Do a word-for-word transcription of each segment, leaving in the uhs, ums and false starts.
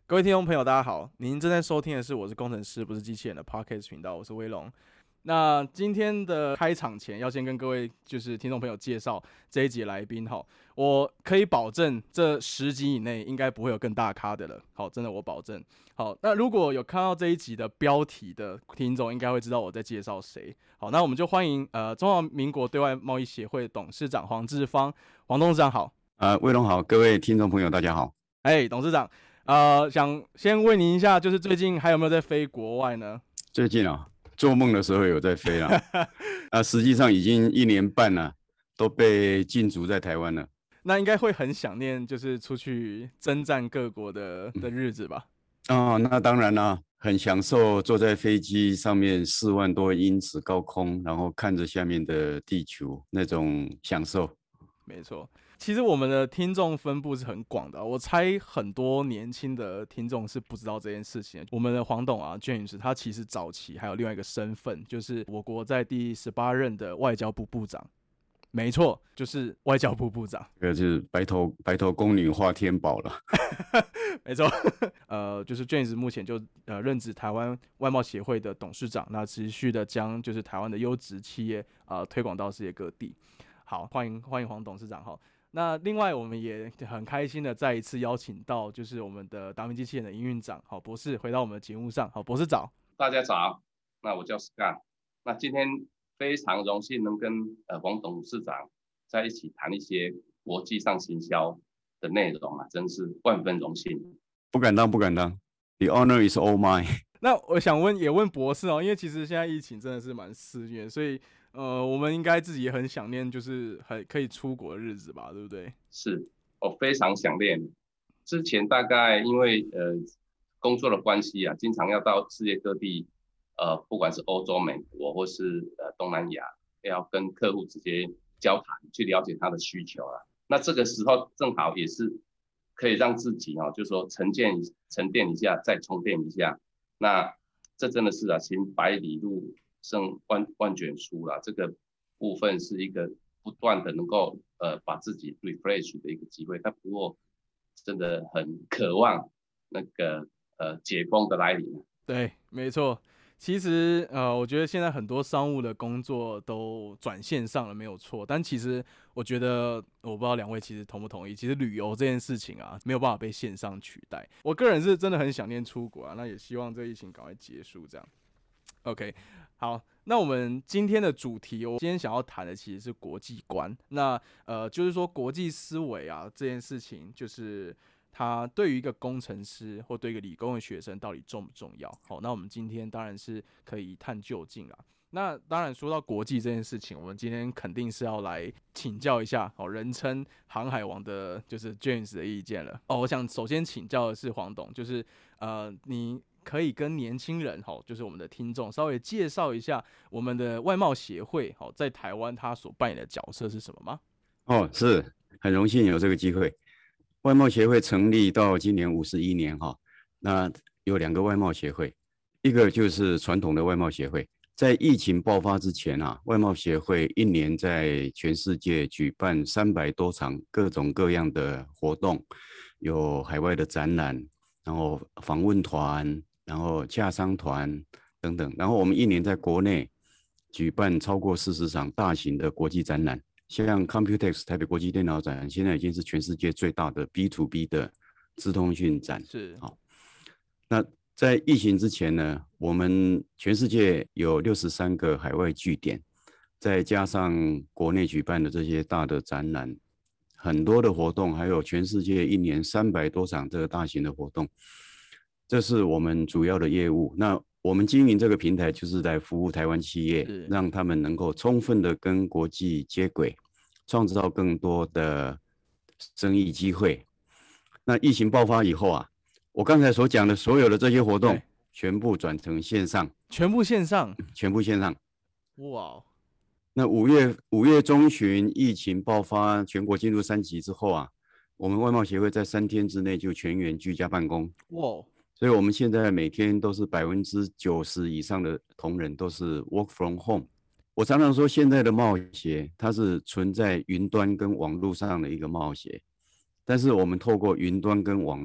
各位听众朋友，大家好，您正在收听的是我是工程师不是机器人的 Podcast 频道，我是威龙。那今天的开场前，要先跟各位就是听众朋友介绍这一集的来宾哈，我可以保证这十集以内应该不会有更大咖的了，好，真的我保证。好，那如果有看到这一集的标题的听众，应该会知道我在介绍谁。好，那我们就欢迎呃中华民国对外贸易协会董事长黄志芳，黄董事长好。 呃，威龙好，各位听众朋友大家好。 哎，董事长。呃，想先问您一下，就是最近还有没有在飞国外呢？ 最近啊，做梦的时候有在飞啦，啊，实际上已经一年半了，都被禁足在台湾了。 那应该会很想念，就是出去征战各国的的日子吧？ 哦，那当然啦，很享受坐在飞机上面四万多英尺高空，然后看着下面的地球那种享受。 没错。其实我们的听众分布是很广的，我猜很多年轻的听众是不知道这件事情的。我们的黄董啊 ，James， 他其实早期还有另外一个身份，就是我国在第十八任的外交部部长。没错，就是外交部部长。 这个就是白头白头宫女话天宝了。 没错，呃，就是 James 目前就呃任职台湾外贸协会的董事长，那持续的将就是台湾的优质企业呃推广到世界各地。好，欢迎欢迎黄董事长哈。那另外我们也很开心的再一次邀请到就是我们的达明机器人的营运长好博士回到我们的节目上。好，博士早。 大家早，那我叫 Scott。那今天非常荣幸能跟呃黄董事长在一起谈一些国际上行销的内容啊，真是万分荣幸。 不敢当，不敢当。The honor is all mine。 那我想问，也问博士哦，因为其实现在疫情真的是蛮肆虐，所以呃，我们应该自己也很想念，就是很可以出国的日子吧，对不对？ 是，我非常想念。之前大概因为呃工作的关系啊，经常要到世界各地，呃，不管是欧洲、美国或是呃东南亚，要跟客户直接交谈，去了解他的需求啊。那这个时候正好也是可以让自己哦，就是说沉淀沉淀一下，再充电一下。那这真的是啊，行百里路胜万万卷书啦，这个部分是一个不断的能够呃把自己 refresh 的一个机会。但不过真的很渴望那个呃解封的来临。 对，没错。其实呃，我觉得现在很多商务的工作都转线上了，没有错。但其实我觉得，我不知道两位其实同不同意，其实旅游这件事情啊，没有办法被线上取代。我个人是真的很想念出国啊，那也希望这疫情赶快结束，这样。OK， 好，那我们今天的主题，我今天想要谈的其实是国际观。那呃，就是说国际思维啊这件事情，就是它对于一个工程师或对一个理工的学生到底重不重要？好，那我们今天当然是可以一探究竟啦。那当然说到国际这件事情，我们今天肯定是要来请教一下哦，人称航海王的就是 James 的意见了。哦，我想首先请教的是黄董，就是呃你。可以跟年轻人，就是我们的听众稍微介绍一下我们的外贸协会在台湾它所扮演的角色是什么吗？ 哦，是很荣幸有这个机会。外贸协会成立到今年五十一年哈，那有两个外贸协会，一个就是传统的外贸协会，在疫情爆发之前啊，外贸协会一年在全世界举办三百多场各种各样的活动，有海外的展览，然后访问团。然后洽商团等等，然后我们一年在国内举办超过四十场大型的国际展览，像 Computex 台北国际电脑展，现在已经是全世界最大的 B to B 的资通讯展。 是， 好，那在疫情之前呢，我们全世界有六十三个海外据点，再加上国内举办的这些大的展览，很多的活动，还有全世界一年三百多场这个大型的活动。这是我们主要的业务。那我们经营这个平台，就是来服务台湾企业，让他们能够充分的跟国际接轨，创造更多的生意机会。那疫情爆发以后啊，我刚才所讲的所有的这些活动，全部转成线上， 全部线上， 全部线上。 哇！ 那五月五月中旬疫情爆发，全国进入三级之后啊，我们外贸协会在三天之内就全员居家办公。 哇！ 所以我们现在每天都是百分之九十以上的同仁都是 work from home。我常常说，现在的贸协它是存在云端跟网络上的一个贸协，但是我们透过云端跟网络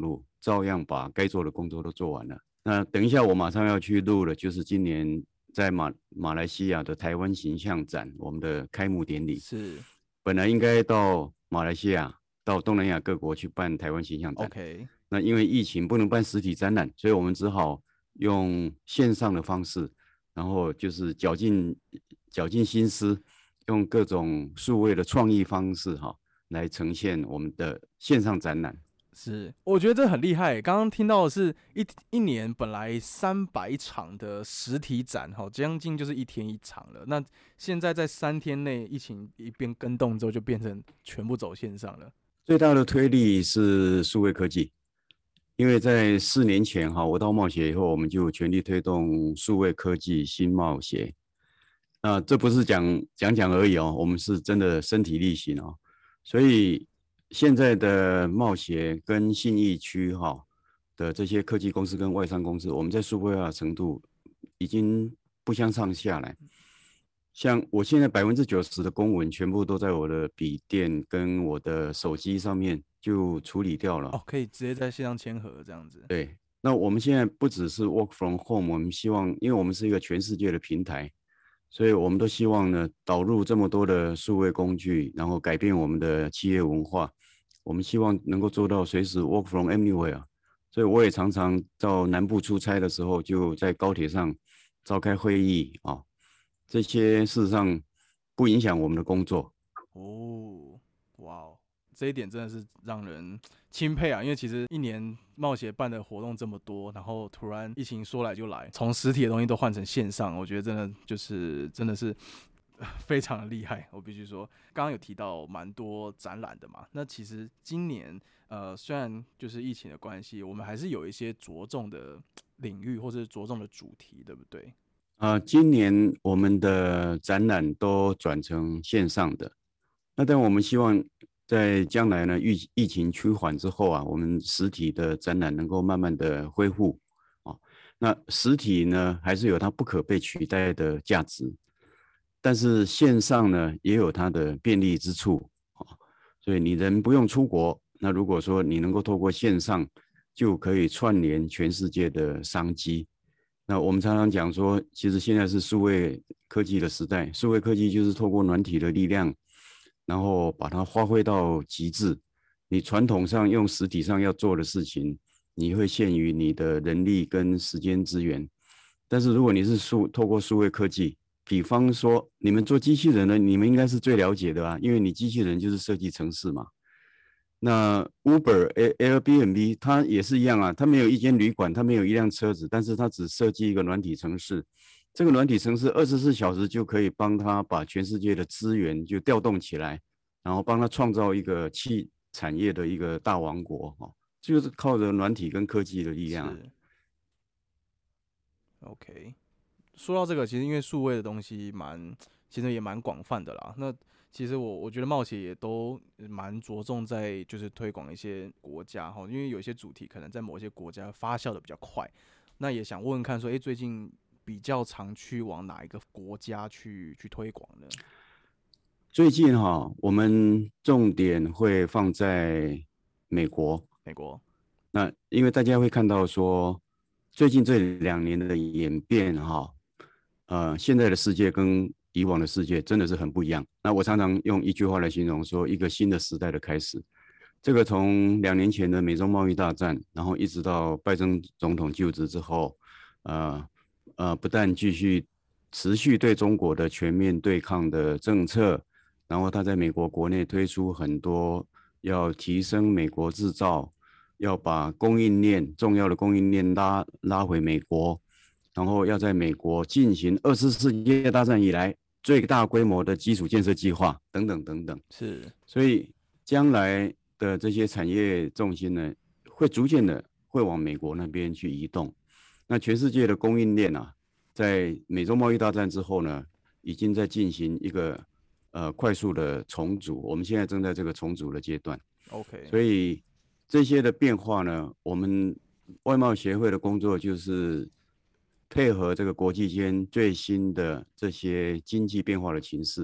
照样把该做的工作都做完了。那等一下我马上要去录的，就是今年在马马来西亚的台湾形象展，我们的开幕典礼。 是， 本来应该到马来西亚、到东南亚各国去办台湾形象展。 OK， 那因为疫情不能办实体展览，所以我们只好用线上的方式，然后就是绞尽绞尽心思，用各种数位的创意方式哈，来呈现我们的线上展览。 是，我觉得这很厉害。刚刚听到的是一一年本来三百场的实体展，哈，将近就是一天一场了。那现在在三天内，疫情一变更动之后，就变成全部走线上了。 最大的推力是数位科技，因为在四年前哈，我到贸协以后，我们就全力推动数位科技新贸协。那这不是讲讲讲而已哦，我们是真的身体力行哦。所以现在的贸协跟信义区哈的这些科技公司跟外商公司，我们在数位化的程度已经不相上下来。像我现在百分之九十的公文全部都在我的笔电跟我的手机上面就处理掉了。 哦，可以直接在线上签合这样子。 对，那我们现在不只是 work from home， 我们希望，因为我们是一个全世界的平台，所以我们都希望呢导入这么多的数位工具，然后改变我们的企业文化。我们希望能够做到随时 work from anywhere。所以我也常常到南部出差的时候，就在高铁上召开会议啊。这些事实上不影响我们的工作。 哦，哇哦，这一点真的是让人钦佩啊！因为其实一年贸协办的活动这么多，然后突然疫情说来就来，从实体的东西都换成线上，我觉得真的就是真的是非常的厉害。我必须说，刚刚有提到蛮多展览的嘛，那其实今年呃虽然就是疫情的关系，我们还是有一些着重的领域或者着重的主题，对不对？ 呃，今年我们的展览都转成线上的，那但我们希望在将来呢，疫疫情趋缓之后啊，我们实体的展览能够慢慢的恢复啊。那实体呢，还是有它不可被取代的价值，但是线上呢，也有它的便利之处啊。所以你人不用出国，那如果说你能够透过线上，就可以串联全世界的商机。那我们常常讲说，其实现在是数位科技的时代，数位科技就是透过软体的力量，然后把它发挥到极致。你传统上用实体上要做的事情，你会限于你的人力跟时间资源。但是如果你是数透过数位科技，比方说你们做机器人的，你们应该是最了解的啊，因为你机器人就是设计程式嘛。那 Uber、Airbnb 它也是一样啊，它没有一间旅馆，它没有一辆车子，但是它只设计一个软体程式。这个软体程式二十四小时就可以帮它把全世界的资源就调动起来，然后帮它创造一个汽产业的一个大王国哦，就是靠着软体跟科技的力量啊。 OK， 说到这个，其实因为数位的东西蛮，其实也蛮广泛的啦。那其实我我觉得贸协也都蛮着重在就是推广一些国家哈，因为有一些主题可能在某些国家发酵的比较快。那也想问问看说，哎、欸，最近比较常去往哪一个国家去去推广呢？ 最近哈，我们重点会放在美国。 美国， 那因为大家会看到说，最近这两年的演变哈，呃，现在的世界跟以往的世界真的是很不一样。那我常常用一句话来形容说，一个新的时代的开始。这个从两年前的美中贸易大战，然后一直到拜登总统就职之后，呃呃，不但继续持续对中国的全面对抗的政策，然后他在美国国内推出很多要提升美国制造，要把供应链重要的供应链拉拉回美国，然后要在美国进行二次世界大战以来最大规模的基础建设计划，等等等等。 是， 所以将来的这些产业重心呢，会逐渐的会往美国那边去移动。那全世界的供应链啊，在美洲贸易大战之后呢，已经在进行一个呃快速的重组，我们现在正在这个重组的阶段。 OK， 所以这些的变化呢，我们外贸协会的工作就是配合这个国际间最新的这些经济变化的情势，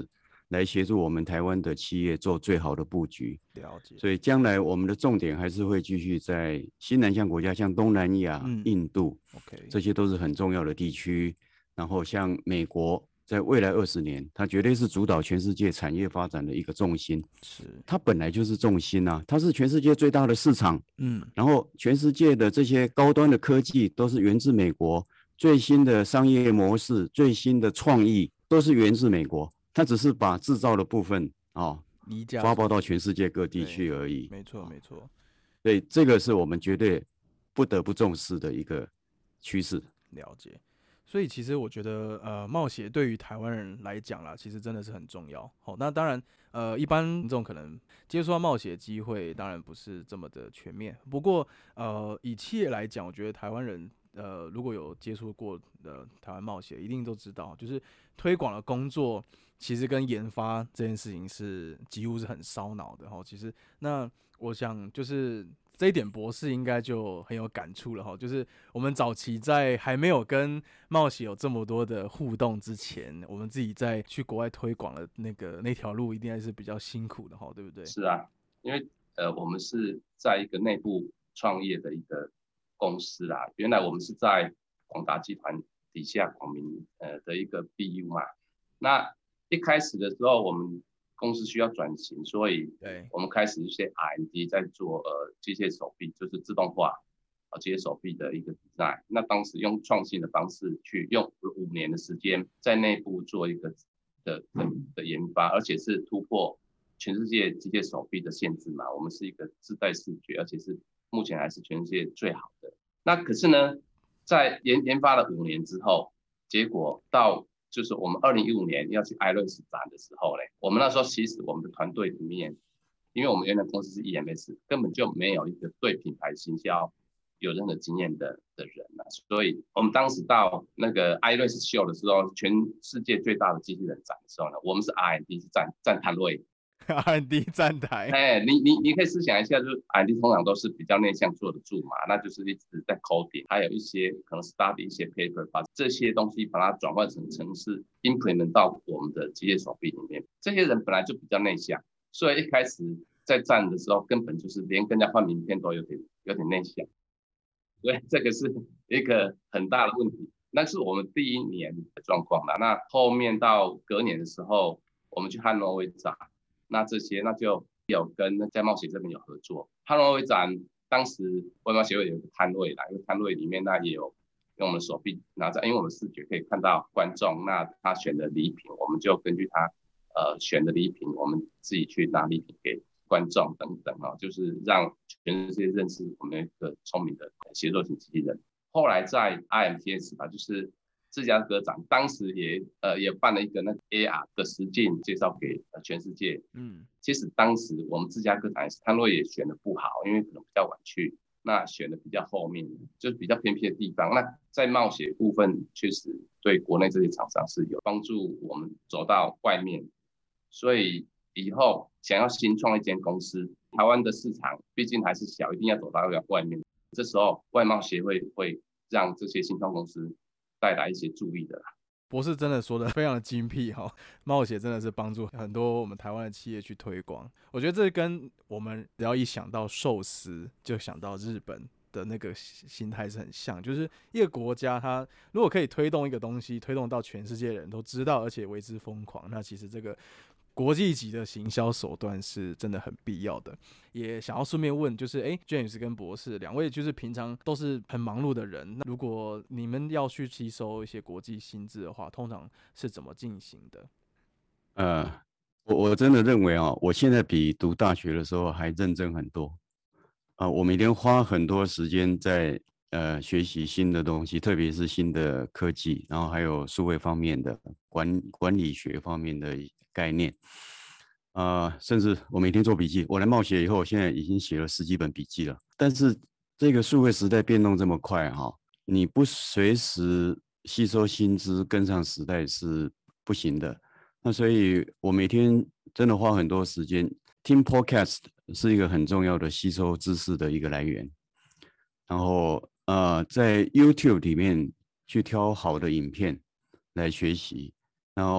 来协助我们台湾的企业做最好的布局。 了解。 所以将来我们的重点还是会继续在新南向国家，像东南亚、 嗯印度， OK， 这些都是很重要的地区。然后像美国，在未来二十年，它绝对是主导全世界产业发展的一个重心。 是， 它本来就是重心啊，它是全世界最大的市场。 嗯， 然后全世界的这些高端的科技都是源自美国，最新的商业模式、最新的创意都是源自美国。它只是把制造的部分哦发包到全世界各地去而已。 没错，没错。 所以这个是我们绝对不得不重视的一个趋势。 了解。所以其实我觉得，呃，冒险对于台湾人来讲啦，其实真的是很重要。好，那当然，呃，一般民众可能接触到冒险的机会，当然不是这么的全面。不过，呃，以企业来讲，我觉得台湾人，呃，如果有接触过的台湾冒险，一定都知道，就是推广的工作，其实跟研发这件事情是几乎是很烧脑的。哈，其实那我想就是。这一点博士应该就很有感触了哈，就是我们早期在还没有跟冒险有这么多的互动之前，我们自己在去国外推广的那个那条路，一定还是比较辛苦的哈，对不对？ 是啊，因为呃，我们是在一个内部创业的一个公司啊，原来我们是在广达集团底下广明呃的一个 B U 嘛，那一开始的时候我们公司需要转型，所以我们开始一些 R and D 在做呃机械手臂，就是自动化啊机械手臂的一个 design。那当时用创新的方式去用五年的时间，在内部做一个的 的, 的研发，而且是突破全世界机械手臂的限制嘛。我们是一个自带视觉，而且是目前还是全世界最好的。那可是呢，在 研, 研发了五年之后，结果到就是我们二零一五年要去艾瑞斯展的时候嘞，我们那时候其实我们的团队里面，因为我们原来公司是 E M S， 根本就没有一个对品牌行销有任何经验的的人啊，所以我们当时到那个艾瑞斯秀的时候，全世界最大的机器人展的时候呢，我们是 R and D 是站站摊位。 R and D 站台， 哎，你你你可以思想一下，就是 R and D 通常都是比较内向坐得住嘛，那就是一直在 coding， 还有一些可能 study 一些 paper， 把这些东西把它转换成程式 implement 到我们的机械手臂里面。这些人本来就比较内向，所以一开始在站的时候，根本就是连跟人家换名片都有点有点内向，所以这个是一个很大的问题。那是我们第一年的状况啦。那后面到隔年的时候，我们去汉诺威展。那这些那就有跟在冒险这边有合作。汉诺威展当时外贸协会有一个摊位啦，一个摊位里面那也有用我们手臂拿着，因为我们视觉可以看到观众，那他选的礼品，我们就根据他呃选的礼品，我们自己去拿礼品给观众等等哦，就是让全世界认识我们一个聪明的协作型机器人。后来在 I M T S 吧，就是芝加哥展，当时也呃也办了一个那个 A R 的实境介绍给、呃、全世界。嗯，其实当时我们芝加哥展摊位也选的不好，因为可能比较晚去，那选的比较后面，就是比较偏僻的地方。那在冒险部分，确实对国内这些厂商是有帮助，我们走到外面。所以以后想要新创一间公司，台湾的市场毕竟还是小，一定要走到外面。这时候外贸协会会让这些新创公司带来一些注意的啦。 博士真的说的非常的精辟哈，冒险真的是帮助很多我们台湾的企业去推广。我觉得这跟我们只要一想到寿司就想到日本的那个心态是很像，就是一个国家它如果可以推动一个东西，推动到全世界人都知道，而且为之疯狂，那其实这个国际级的行销手段是真的很必要的。也想要顺便问，就是哎 ，James 跟博士两位就是平常都是很忙碌的人，那如果你们要去吸收一些国际新知的话，通常是怎么进行的？ 呃，我我真的认为啊、哦，我现在比读大学的时候还认真很多啊、呃，我每天花很多时间在呃学习新的东西，特别是新的科技，然后还有数位方面的管管理学方面的概念。啊、呃，甚至我每天做笔记。我来冒险以后，现在已经写了十几本笔记了。但是这个数位时代变动这么快哈，你不随时吸收新知、跟上时代是不行的。那所以我每天真的花很多时间听 podcast， 是一个很重要的吸收知识的一个来源。然后呃，在 YouTube 里面去挑好的影片来学习。然后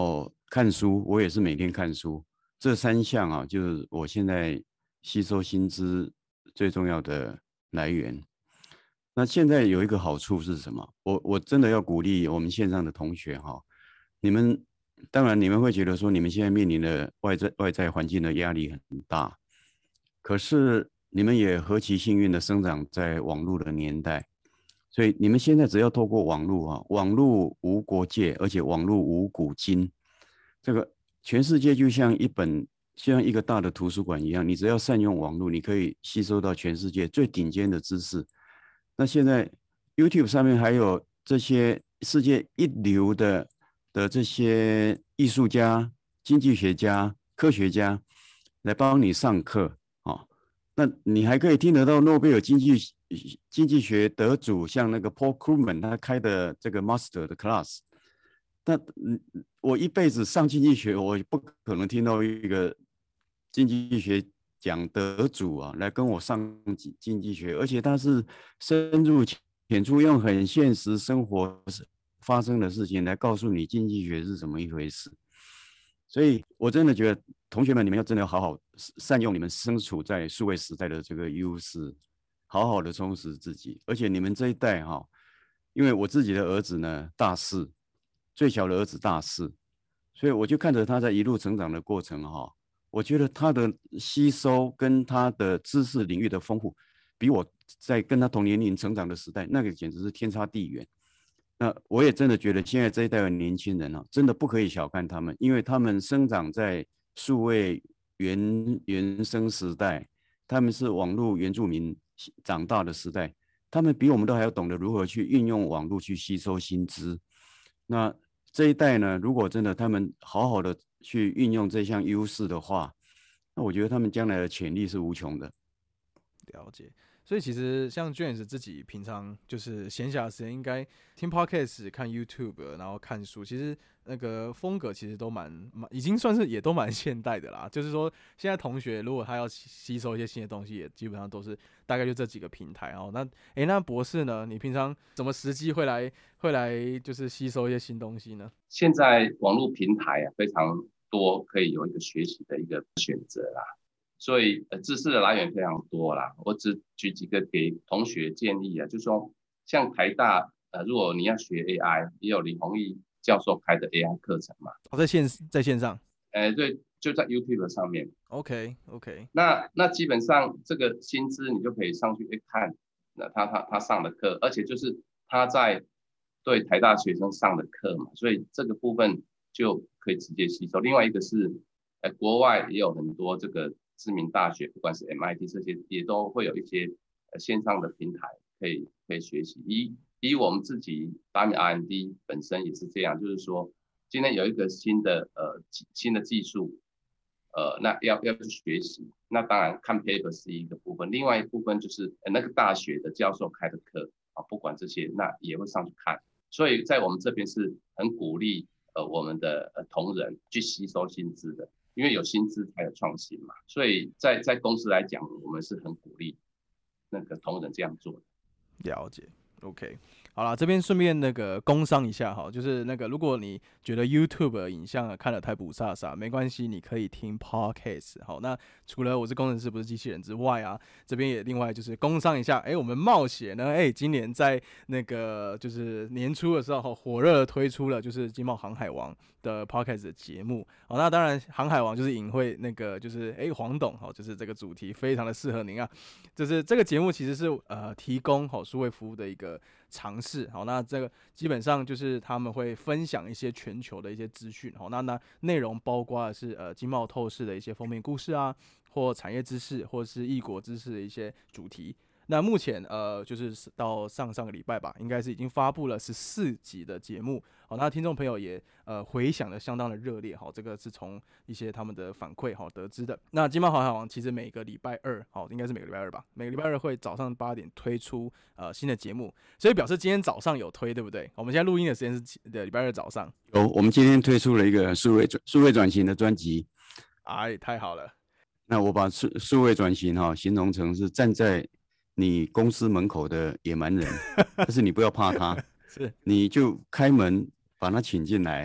看书，我也是每天看书。这三项啊，就是我现在吸收新知最重要的来源。那现在有一个好处是什么？我我真的要鼓励我们线上的同学哈，你们当然你们会觉得说你们现在面临的外在外在环境的压力很大，可是你们也何其幸运的生长在网络的年代，所以你们现在只要透过网络啊，网络无国界，而且网络无古今，这个全世界就像一本就像一个大的图书馆一样，你只要善用网络，你可以吸收到全世界最顶尖的知识。那现在 YouTube 上面还有这些世界一流的的这些艺术家、经济学家、科学家来帮你上课啊、哦，那你还可以听得到诺贝尔经济经济学得主，像那个 Paul Krugman 他开的这个 Master 的 class。那我一辈子上经济学，我不可能听到一个经济学奖得主啊来跟我上经济学，而且他是深入浅出，用很现实生活发生的事情来告诉你经济学是怎么一回事。所以我真的觉得同学们，你们要真的好好善用你们身处在数位时代的这个优势，好好的充实自己。而且你们这一代哈，因为我自己的儿子呢大四，最小的儿子大四，所以我就看着他在一路成长的过程哈，我觉得他的吸收跟他的知识领域的丰富，比我在跟他同年龄成长的时代那个简直是天差地远。那我也真的觉得现在这一代的年轻人啊，真的不可以小看他们，因为他们生长在数位原原生时代，他们是网络原住民长大的时代，他们比我们都还要懂得如何去运用网络去吸收新知。那这一代呢，如果真的他们好好的去运用这项优势的话，那我觉得他们将来的潜力是无穷的。 了解。所以其实像 James 自己平常就是闲暇时间，应该听 podcast、看 YouTube， 然后看书，其实那个风格其实都蛮已经算是也都蛮现代的啦。就是说，现在同学如果他要吸收一些新的东西，也基本上都是大概就这几个平台哦。那诶，那博士呢？你平常怎么实际会来会来就是吸收一些新东西呢？ 现在网络平台啊非常多，可以有一个学习的一个选择啦。所以呃，知识的来源非常多啦。我只举几个给同学建议啊，就是说，像台大呃，如果你要学 A I， 也有李宏毅教授开的 A I 课程嘛。 哦，在线在线上。 呃，对，就在 YouTube 上面。 OK OK。 那那基本上这个薪资你就可以上去一看，那他他他上的课，而且就是他在对台大学生上的课嘛，所以这个部分就可以直接吸收。另外一个是，呃，国外也有很多这个知名大学，不管是 M I T 这些，也都会有一些呃线上的平台可以可以学习。以以我们自己达米 R and D 本身也是这样，就是说今天有一个新的呃新的技术，呃，那要要去学习，那当然看 paper 是一个部分，另外一部分就是、呃、那个大学的教授开的课啊，不管这些，那也会上去看。所以在我们这边是很鼓励呃我们的呃同仁去吸收新知的。因为有新知才有创新嘛，所以在在公司来讲，我们是很鼓励那个同仁这样做的。 了解 ，OK， 好啦，这边顺便那个工商一下哈，就是那个如果你觉得 YouTube 的影像看得太不飒飒，没关系，你可以听 Podcast。好，那除了我是工程师不是机器人之外啊，这边也另外就是工商一下，哎、欸，我们冒险呢，哎、欸，今年在那个就是年初的时候火热推出了就是经贸航海王的 podcast 的节目。好，那当然航海王就是隐晦那个就是哎、欸、黄董好，就是这个主题非常的适合您啊。就是这个节目其实是呃提供好数位服务的一个尝试。好，那这个基本上就是他们会分享一些全球的一些资讯。好，那那内容包括的是呃经贸透视的一些封面故事啊，或产业知识，或是异国知识的一些主题。那目前呃，就是到上上个礼拜吧，应该是已经发布了十四集的节目。好，那听众朋友也呃回响的相当的热烈。好，这个是从一些他们的反馈好得知的。那经贸航海王其实每个礼拜二，好，应该是每个礼拜二吧，每个礼拜二会早上八点推出呃新的节目，所以表示今天早上有推，对不对？我们现在录音的时间是的礼拜二早上。 有，我们今天推出了一个数位数位转型的专辑。 哎，太好了。 那我把数数位转型哈、哦、形容成是站在你公司门口的野蛮人，但是你不要怕他， 是， 你就开门把他请进来，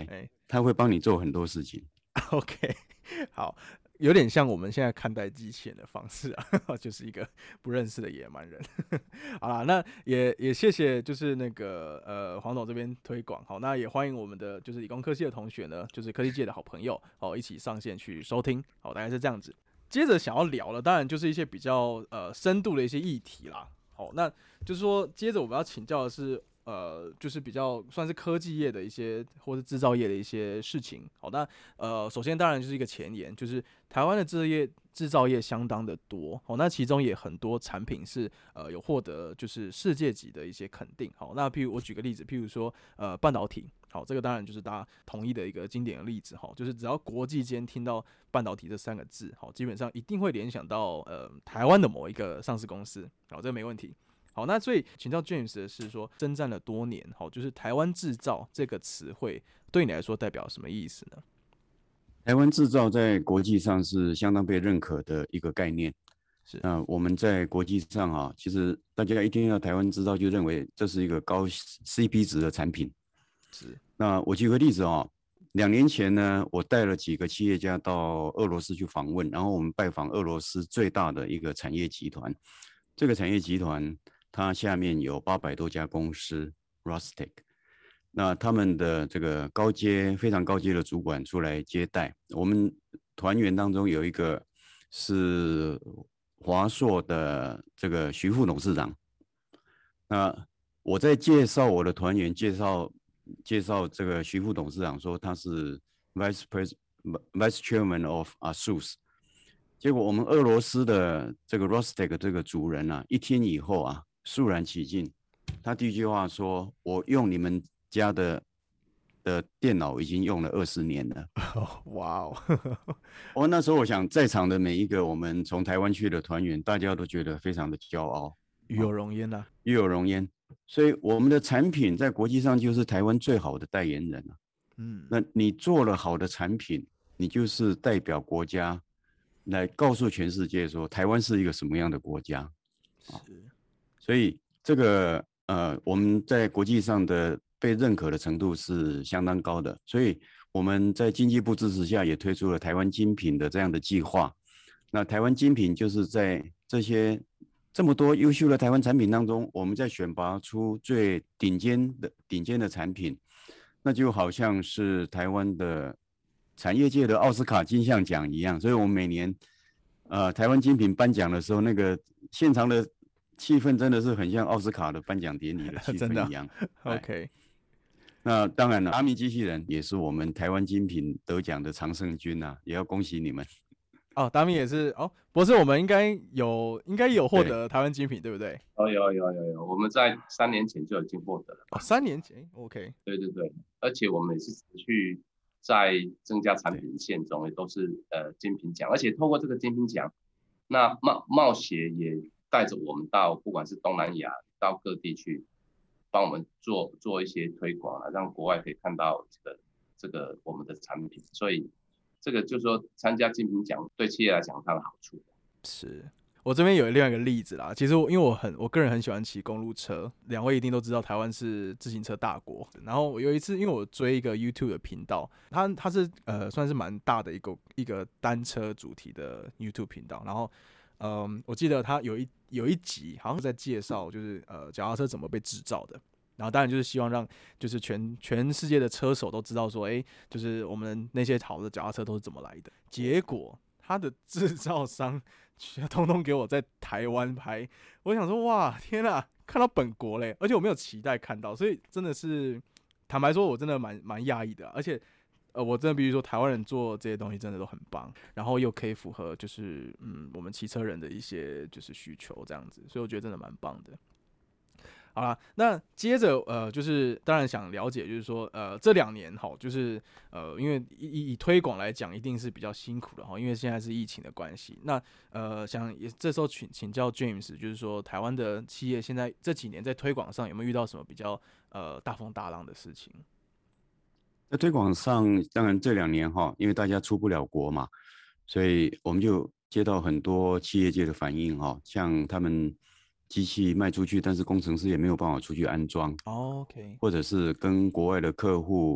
他会帮你做很多事情。 OK， 好，有点像我们现在看待机器人的方式啊，就是一个不认识的野蛮人。好啦，那也也谢谢，就是那个呃黄总这边推广，好，那也欢迎我们的就是理工科系的同学呢，就是科技界的好朋友，好，一起上线去收听，好，大概是这样子。接着想要聊了，当然就是一些比较呃深度的一些议题啦。好，那就是说，接着我们要请教的是。呃，就是比较算是科技业的一些，或是制造业的一些事情。好，那呃，首先当然就是一个前言，就是台湾的制造业制造业相当的多。好，那其中也很多产品是呃有获得就是世界级的一些肯定。好，那譬如我举个例子，譬如说呃半导体。好，这个当然就是大家同意的一个经典的例子。好，就是只要国际间听到半导体这三个字，好，基本上一定会联想到呃台湾的某一个上市公司。好，这个没问题。好，那所以请教 James 的是说，征战了多年，好，就是台湾制造这个词汇对你来说代表什么意思呢？ 台湾制造在国际上是相当被认可的一个概念。 是， 那、呃、我们在国际上啊，其实大家一听到台湾制造就认为这是一个高 C P 值的产品。 是。 那我举个例子啊，两年前呢，我带了几个企业家到俄罗斯去访问，然后我们拜访俄罗斯最大的一个产业集团。这个产业集团它下面有八百多家公司 Rostec， 那他们的这个高阶非常高阶的主管出来接待我们。团员当中有一个是华硕的这个徐副董事长。那我在介绍我的团员，介绍介绍这个徐副董事长说他是 Vice President Vice Chairman of ASUS。结果我们俄罗斯的这个 Rostec 这个主人啊，一听以后啊，肃然起敬。他第一句话说：“我用你们家的的电脑已经用了二十年了。” 哇哦！ 我那时候我想，在场的每一个我们从台湾去的团员，大家都觉得非常的骄傲， 与有荣焉啊， 与有荣焉。所以我们的产品在国际上就是台湾最好的代言人啊。嗯，那你做了好的产品，你就是代表国家。来告诉全世界说台湾是一个什么样的国家。是，所以这个呃我们在国际上的被认可的程度是相当高的，所以我们在经济部支持下也推出了台湾精品的这样的计划。那台湾精品就是在这些这么多优秀的台湾产品当中，我们在选拔出最顶尖的顶尖的产品，那就好像是台湾的产业界的奥斯卡金像奖一样。所以我们每年呃台湾精品颁奖的时候，那个现场的气氛真的是很像奥斯卡的颁奖典礼的气氛一样。 OK， 那当然了，达米机器人也是我们台湾精品得奖的常胜军啊，也要恭喜你们。 哦，达米也是哦，博士，我们应该有应该有获得台湾精品，对不对？ 哦，有有有有，我们在三年前就已经获得了。 哦，三年前 ，OK。 对对对，而且我们也是持续在增加产品线中，也都是呃精品奖，而且透过这个精品奖，那冒冒协也带着我们到不管是东南亚到各地去，帮我们做做一些推广啊，让国外可以看到这个这个我们的产品，所以这个就是说参加精品奖对企业来讲它的好处。 是。我这边有另外一个例子啦，其实我因为我很我个人很喜欢骑公路车，两位一定都知道台湾是自行车大国。然后我有一次，因为我追一个 YouTube 的频道，它它是呃算是蛮大的一个一个单车主题的 YouTube 频道。然后嗯、呃，我记得它有一有一集好像在介绍就是呃脚踏车怎么被制造的。然后当然就是希望让就是全全世界的车手都知道说，哎，就是我们那些好的脚踏车都是怎么来的。结果它的制造商通通给我在台湾拍，我想说哇天啊，看到本国嘞，而且我没有期待看到，所以真的是坦白说，我真的蛮蛮讶异的、啊，而且呃，我真的必须说，台湾人做这些东西真的都很棒，然后又可以符合就是嗯我们骑车人的一些就是需求这样子，所以我觉得真的蛮棒的。好啦，那接着呃，就是当然想了解，就是说呃，这两年哈，就是呃，因为以以推广来讲，一定是比较辛苦的哈，因为现在是疫情的关系。那呃，想也这时候请请教 James， 就是说台湾的企业现在这几年在推广上有没有遇到什么比较呃大风大浪的事情？ 在推广上，当然这两年哈，因为大家出不了国嘛，所以我们就接到很多企业界的反应哈，像他们机器卖出去，但是工程师也没有办法出去安装。 Oh, OK， 或者是跟国外的客户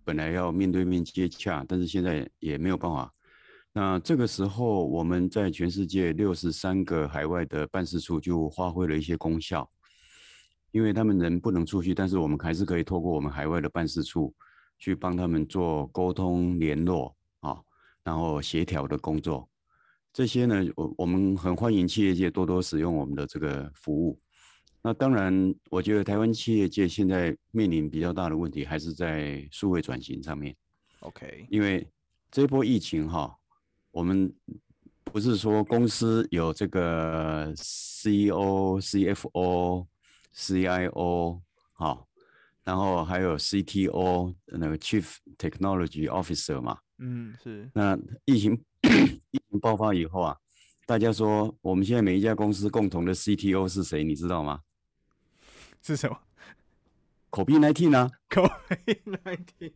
本来要面对面接洽，但是现在也没有办法。那这个时候，我们在全世界六十三个海外的办事处就发挥了一些功效，因为他们人不能出去，但是我们还是可以透过我们海外的办事处去帮他们做沟通联络啊，然后协调的工作。这些呢，我我们很欢迎企业界多多使用我们的这个服务。那当然，我觉得台湾企业界现在面临比较大的问题，还是在数位转型上面。 OK， 因为这一波疫情哈，我们不是说公司有这个 C E O、C F O、C I O 好，然后还有 C T O 那个 Chief Technology Officer 嘛。 嗯，是。 那疫情疫情爆发以后啊，大家说我们现在每一家公司共同的 C T O 是谁？你知道吗？ 是什么 ？COVID 十九 啊 ？COVID 十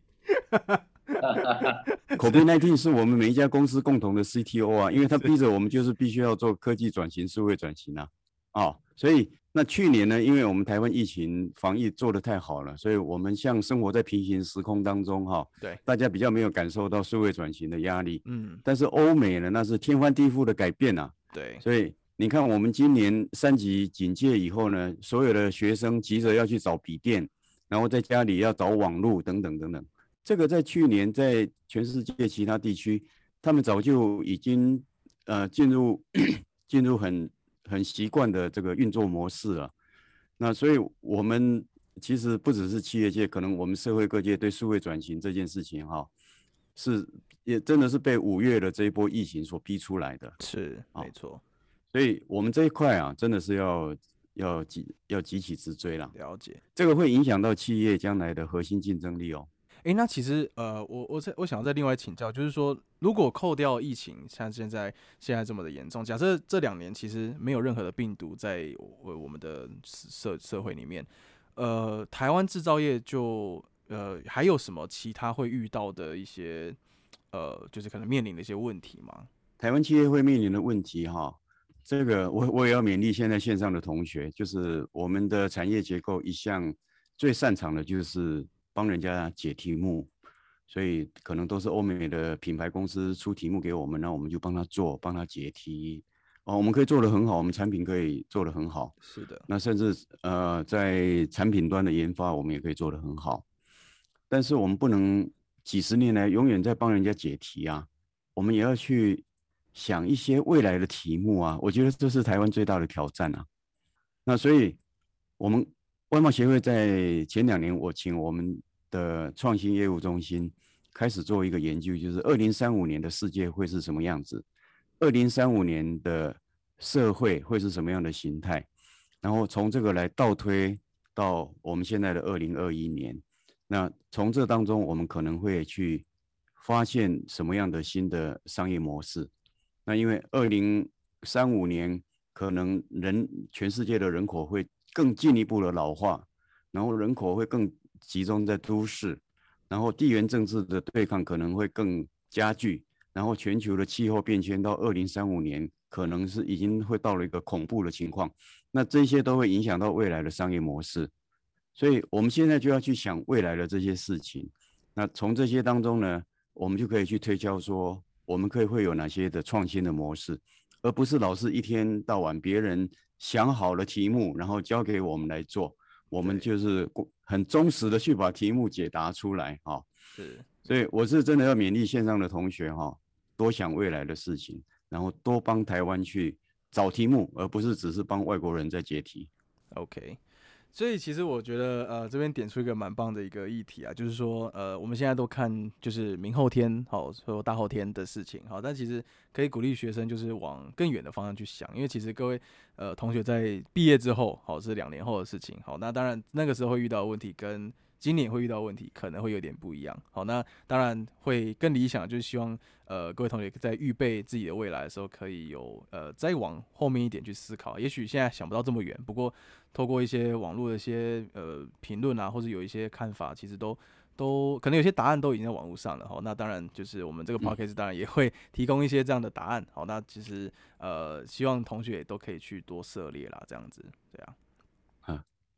九。 COVID 十九 是我们每一家公司共同的 C T O 啊，因为他逼着我们就是必须要做科技转型、数位转型啊。哦，所以那去年呢，因为我们台湾疫情防疫做得太好了，所以我们像生活在平行时空当中哈， 对， 大家比较没有感受到数位转型的压力。 嗯， 但是欧美呢，那是天翻地覆的改变啊。 对， 所以你看，我们今年三级警戒以后呢，所有的学生急着要去找笔电，然后在家里要找网络等等等等。这个在去年在全世界其他地区，他们早就已经呃进入进入很很习惯的这个运作模式了。那所以我们其实不只是企业界，可能我们社会各界对数位转型这件事情哈，是也真的是被五月的这一波疫情所逼出来的。 是没错。 所以我们这一块啊，真的是要要急要急起直追啦。 了解， 这个会影响到企业将来的核心竞争力哦。 哎、欸，那其实呃，我我我想要再另外请教，就是说，如果扣掉疫情，像现在现在这么的严重，假设这两年其实没有任何的病毒在我我们的社社会里面，呃，台湾制造业就呃还有什么其他会遇到的一些呃，就是可能面临的一些问题吗？ 台湾企业会面临的问题哈，这个我我也要勉励现在线上的同学，就是我们的产业结构一向最擅长的就是帮人家解题目，所以可能都是欧美的品牌公司出题目给我们，那我们就帮他做，帮他解题。哦，我们可以做得很好，我们产品可以做得很好。 是的。 那甚至呃，在产品端的研发，我们也可以做得很好。但是我们不能几十年来永远在帮人家解题啊，我们也要去想一些未来的题目啊。我觉得这是台湾最大的挑战啊。那所以，我们外贸协会在前两年，我请我们的创新业务中心开始做一个研究，就是二零三五年的世界会是什么样子，二零三五年的社会会是什么样的形态，然后从这个来倒推到我们现在的二零二一年，那从这当中我们可能会去发现什么样的新的商业模式。那因为二零三五年可能人全世界的人口会更进一步的老化，然后人口会更集中在都市，然后地缘政治的对抗可能会更加剧，然后全球的气候变迁到二零三五年可能是已经会到了一个恐怖的情况，那这些都会影响到未来的商业模式。所以我们现在就要去想未来的这些事情，那从这些当中呢，我们就可以去推敲说我们可以会有哪些的创新的模式，而不是老是一天到晚别人想好了题目然后交给我们来做，我们就是很忠实的去把题目解答出来啊。 是， 所以我是真的要勉励线上的同学哈，多想未来的事情，然后多帮台湾去找题目，而不是只是帮外国人在解题。 OK。所以其实我觉得，呃，这边点出一个蛮棒的一个议题啊，就是说，呃，我们现在都看就是明后天，好，或大后天的事情，好，但其实可以鼓励学生就是往更远的方向去想，因为其实各位呃同学在毕业之后，好，是两年后的事情，好，那当然那个时候会遇到的问题跟今年会遇到的问题可能会有点不一样，好，那当然会更理想，就是希望呃各位同学在预备自己的未来的时候，可以有呃再往后面一点去思考，也许现在想不到这么远，不过透过一些网络的一些呃评论啊，或者有一些看法，其实都都可能有些答案都已经在网络上了，好，那当然就是我们这个 podcast 当然也会提供一些这样的答案，好，那其实呃希望同学也都可以去多涉猎啦，这样子，对啊。 啊，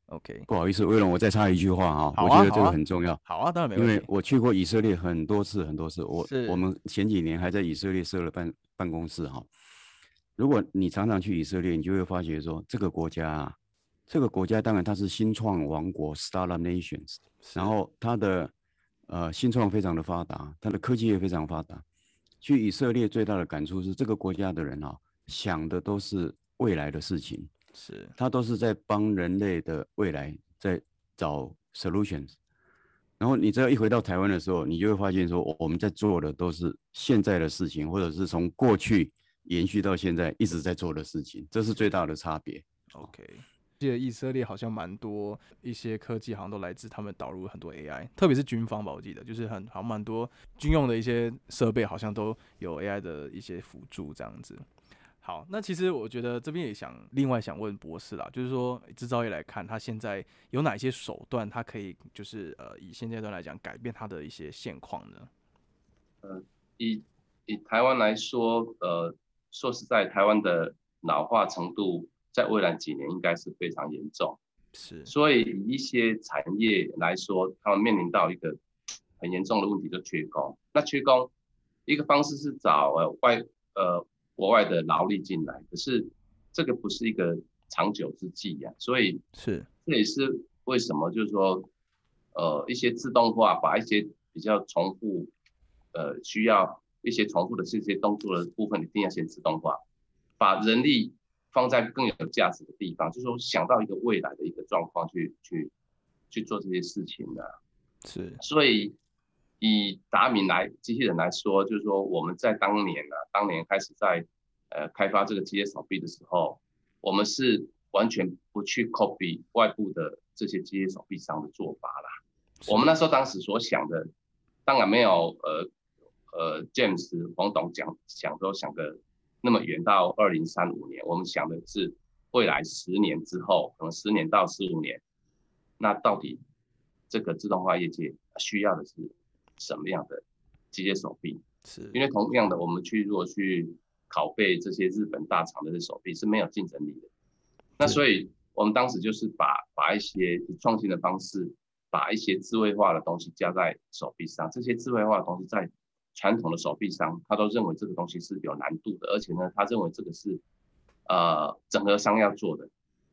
OK， 不好意思，威龙，我再插一句话啊， 好啊我觉得这个好啊很重要。 好啊，当然没问题。 因为我去过以色列很多次很多次，我是我们前几年还在以色列设了办办公室哈。如果你常常去以色列，你就会发觉说，这个国家啊，这个国家当然它是新创王国 （Startup Nations），然后它的呃新创非常的发达，它的科技也非常发达。去以色列最大的感触是，这个国家的人啊，想的都是未来的事情， 是， 他都是在帮人类的未来在找 solutions。然后你只要一回到台湾的时候，你就会发现说，我们在做的都是现在的事情，或者是从过去延续到现在一直在做的事情，这是最大的差别。 OK，记得以色列好像蛮多一些科技，好像都来自他们导入很多 A I， 特别是军方吧，我记得就是很好像蛮多军用的一些设备，好像都有 A I 的一些辅助这样子。好，那其实我觉得这边也想另外想问博士啦，就是说制造业来看，它现在有哪些手段，它可以就是呃以现阶段来讲改变它的一些现况呢？ 呃，以以台湾来说，呃，说实在，台湾的老化程度在未来几年应该是非常严重。 是， 所以以一些产业来说，他们面临到一个很严重的问题，就缺工。那缺工，一个方式是找呃外呃国外的劳力进来，可是这个不是一个长久之计呀、啊。所以是， 这也是为什么就是说，呃，一些自动化把一些比较重复，呃，需要一些重复的这些动作的部分，一定要先自动化，把人力放在更有价值的地方，就是说想到一个未来的一个状况去去去做这些事情的、啊。 是， 所以以达敏来机器人来说，就是说我们在当年呢、啊，当年开始在呃开发这个机械手臂的时候，我们是完全不去 copy 外部的这些机械手臂商的做法啦。我们那时候当时所想的，当然没有呃呃 James 黄董讲想说想的那么远到二零三五年，我们想的是未来十年之后，可能十年到十五年，那到底这个自动化业界需要的是什么样的机械手臂？ 是， 因为同样的，我们去如果去拷贝这些日本大厂的手臂是没有竞争力的。那所以我们当时就是把把一些以创新的方式，把一些智慧化的东西加在手臂上。这些智慧化的东西在传统的手臂上，他都认为这个东西是有难度的，而且呢，他认为这个是呃整合商要做的。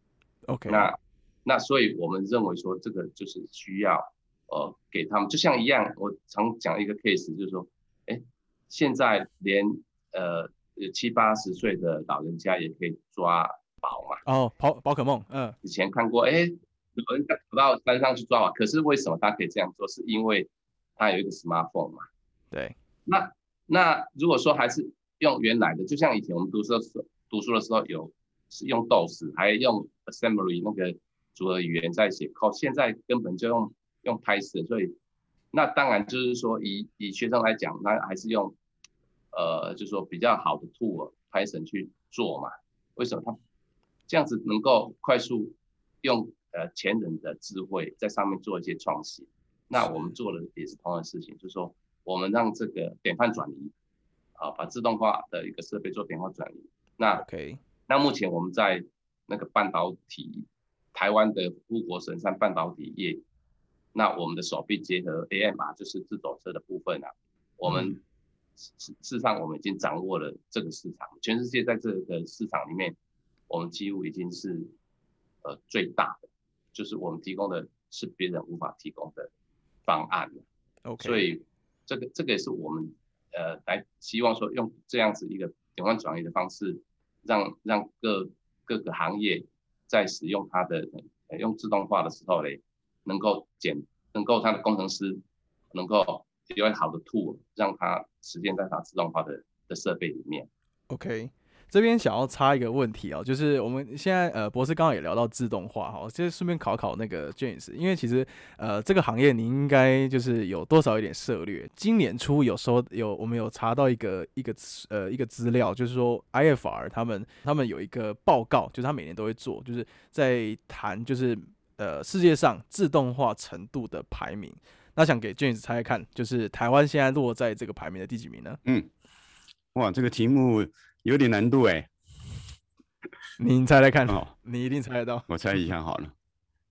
OK， 那那所以我们认为说这个就是需要呃给他们，就像一样，我常讲一个 case， 就是说，哎，现在连呃七八十岁的老人家也可以抓宝嘛。 哦，宝宝可梦，嗯， 以前看过，哎，有人跑到山上去抓宝，可是为什么他可以这样做？是因为他有一个 smartphone 嘛。 对。 那那如果说还是用原来的，就像以前我们读书的时候，读书的时候有是用 D O S， 还用 assembly 那个组合语言在写 code， 现在根本就用用 Python， 所以那当然就是说以以学生来讲，那还是用呃就是说比较好的 tool Python 去做嘛。为什么他这样子能够快速用呃前人的智慧在上面做一些创新？那我们做的也是同样的事情，就是说我们让这个典范转移，啊，把自动化的一个设备做典范转移。那 OK， 那目前我们在那个半导体，台湾的富国神山半导体业，那我们的手臂结合 A M R 就是自走车的部分啊，我们事实上我们已经掌握了这个市场，全世界在这个市场里面，我们几乎已经是呃最大的，就是我们提供的是别人无法提供的方案了。 OK， 所以这个这个也是我们呃来希望说用这样子一个典范转移的方式，让让各各个行业在使用它的、呃、用自动化的时候嘞，能够减能够它的工程师能够有好的 tool， 让它实现在它自动化的的设备里面。 OK， 这边想要插一个问题哦，就是我们现在呃博士刚刚也聊到自动化哈，就是顺便考考那个 James， 因为其实呃这个行业你应该就是有多少有点涉猎。今年初有收有我们有查到一个一个呃一个资料，就是说 I F R 他们他们有一个报告，就是他每年都会做，就是在谈就是呃世界上自动化程度的排名。那想给 James 猜猜看，就是台湾现在落在这个排名的第几名呢？ 嗯，哇，这个题目有点难度哎。 你猜猜看， 哦， 你一定猜得到。 我猜一下好了，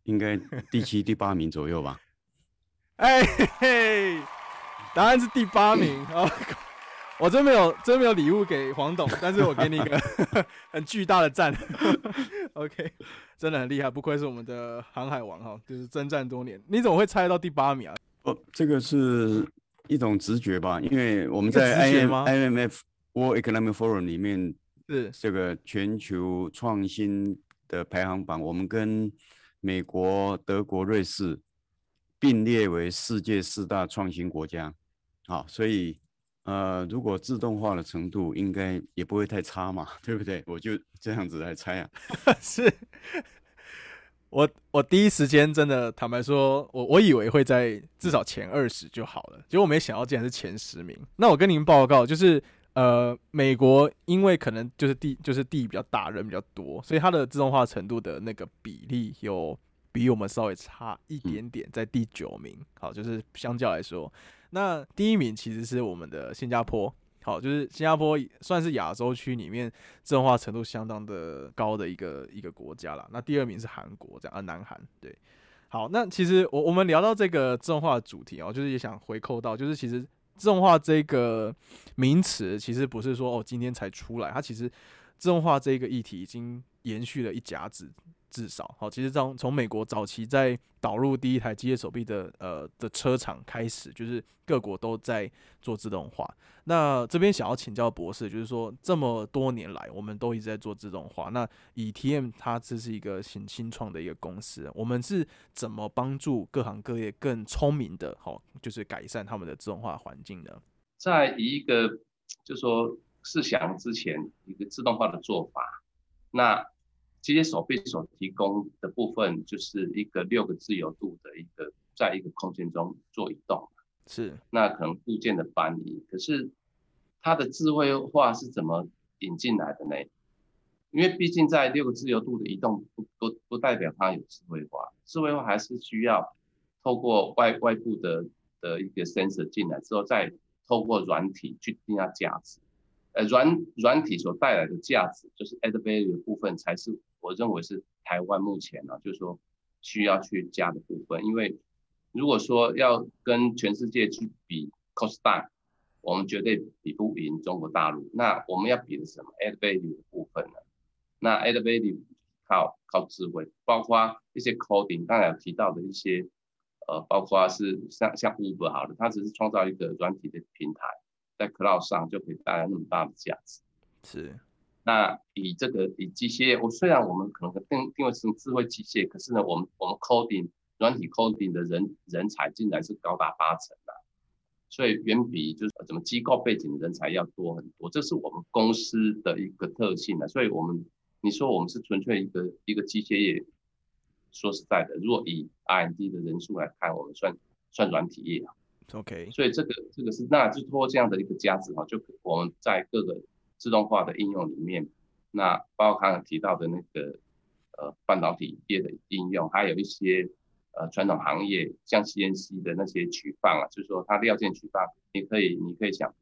应该第七、第八名左右吧。 哎嘿嘿，答案是第八名啊！我真没有真没有礼物给黄董，但是我给你一个很巨大的赞。OK， 真的很厉害，不愧是我们的航海王哈，就是征战多年。你怎么会猜到第八名啊？ 哦，这个是一种直觉吧，因为我们在 I M F World Economic Forum 里面是这个全球创新的排行榜，我们跟美国、德国、瑞士并列为世界四大创新国家。好，所以呃，如果自动化的程度应该也不会太差嘛，对不对？我就这样子来猜啊。 是。我我第一时间真的坦白说，我我以为会在至少前二十就好了，结果没想到竟然是前十名。那我跟您报告，就是呃，美国因为可能就是地就是地比较大，人比较多，所以它的自动化程度的那个比例有比我们稍微差一点点，在第九名。好，就是相较来说，那第一名其实是我们的新加坡。好，就是新加坡算是亚洲区里面自动化程度相当的高的一个一个国家啦。那第二名是韩国，这样啊，南韩。对，好，那其实我我们聊到这个自动化的主题哦，就是也想回扣到，就是其实自动化这个名词，其实不是说哦今天才出来，它其实自动化这个议题已经延续了一甲子。至少好，其实从从美国早期在导入第一台机械手臂的呃的车厂开始，就是各国都在做自动化。那这边想要请教博士，就是说这么多年来，我们都一直在做自动化。那以 T M 它这是一个新新创的一个公司，我们是怎么帮助各行各业更聪明的，好，就是改善他们的自动化环境呢？ 在一个就说试想之前，一个自动化的做法，那机械手臂所提供的部分就是一个六个自由度的一个，在一个空间中做移动， 是那可能部件的搬移，可是它的智慧化是怎么引进来的呢？因为毕竟在六个自由度的移动不不不代表它有智慧化，智慧化还是需要透过外外部的的一个 sensor 进来之后，再透过软体去定它价值。呃，软软体所带来的价值，就是 add value 的部分，才是我认为是台湾目前呢、啊，就是说需要去加的部分。因为如果说要跟全世界去比 cost down， 我们绝对比不赢中国大陆。那我们要比的是什么 add value 的部分呢？那 add value 靠靠智慧，包括一些 coding， 刚才有提到的一些呃，包括是像像 Uber 好了，它只是创造一个软体的平台。在 cloud 上就可以带来那么大的价值。 是， 那以这个以机械，我虽然我们可能定定位成智慧机械，可是呢，我们我们 coding 软体 coding 的人人才进来是高达八成的，所以远比就是怎么机构背景的人才要多很多，这是我们公司的一个特性的。所以我们你说我们是纯粹一个一个机械业，说实在的，如果以 R and D 的人数来看，我们算算软体业啊。 OK， 所以这个这个是，那就通过这样的一个价值哈，就我们在各个自动化的应用里面，那包括刚刚提到的那个呃半导体业的应用，还有一些呃传统行业像 C N C 的那些取放啊，就是说它料件取放，你可以你可以想